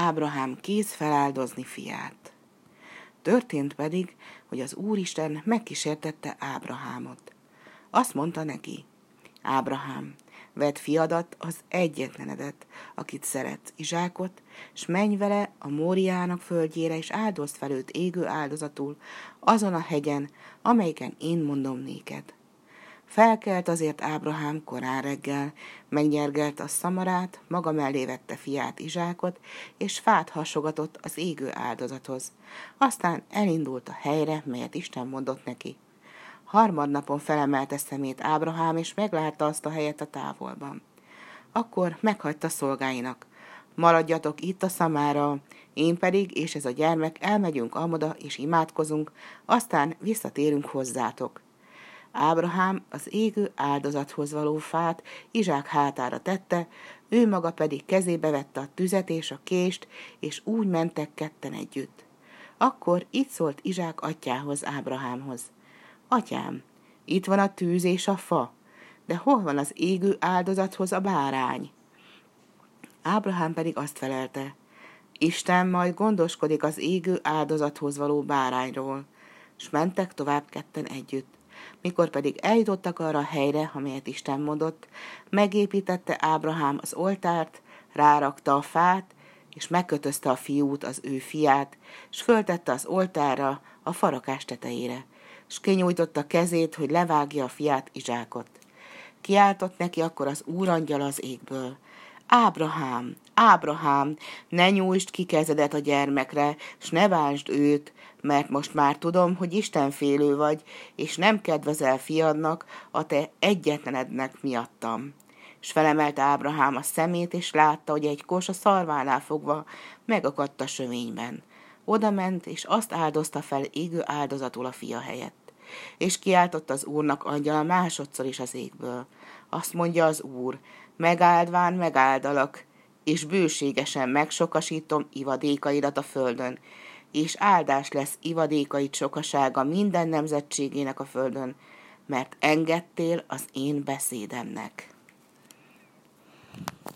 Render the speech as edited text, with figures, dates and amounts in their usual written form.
Ábrahám kész feláldozni fiát. Történt pedig, hogy az Úristen megkísértette Ábrahámot. Azt mondta neki: Ábrahám, vedd fiadat, az egyetlenedet, akit szeretsz, Izsákot, s menj vele a Móriának földjére, és áldozd fel őt égő áldozatul azon a hegyen, amelyiken én mondom néked. Felkelt azért Ábrahám korán reggel, megnyergelt a szamarát, maga mellé vette fiát, Izsákot, és fát hasogatott az égő áldozathoz. Aztán elindult a helyre, melyet Isten mondott neki. Harmadnapon felemelte szemét Ábrahám, és meglátta azt a helyet a távolban. Akkor meghagyta szolgáinak: maradjatok itt a szamára, én pedig és ez a gyermek elmegyünk amoda, és imádkozunk, aztán visszatérünk hozzátok. Ábrahám az égő áldozathoz való fát Izsák hátára tette, ő maga pedig kezébe vette a tüzet és a kést, és úgy mentek ketten együtt. Akkor így szólt Izsák atyjához, Ábrahámhoz: Atyám, itt van a tűz és a fa, de hol van az égő áldozathoz a bárány? Ábrahám pedig azt felelte: Isten majd gondoskodik az égő áldozathoz való bárányról. S mentek tovább ketten együtt. Mikor pedig eljutottak arra a helyre, amelyet Isten mondott, megépítette Ábrahám az oltárt, rárakta a fát, és megkötözte a fiút, az ő fiát, s föltette az oltárra, a farakás tetejére, s kinyújtotta kezét, hogy levágja a fiát, Izsákot. Kiáltott neki akkor az úrangyal az égből: Ábrahám, Ábrahám, ne nyújtsd ki kezedet a gyermekre, s ne bántsd őt, mert most már tudom, hogy istenfélő vagy, és nem kedvezel fiadnak, a te egyetlenednek miattam. S felemelte Ábrahám a szemét, és látta, hogy egy kos a szarvánál fogva megakadt a sövényben. Oda ment, és azt áldozta fel égő áldozatul a fia helyett. És kiáltott az Úrnak angyala másodszor is az égből. Azt mondja az Úr: megáldván megáldalak, és bőségesen megsokasítom ivadékaidat a földön, és áldás lesz ivadékaid sokasága minden nemzetségének a földön, mert engedtél az én beszédemnek.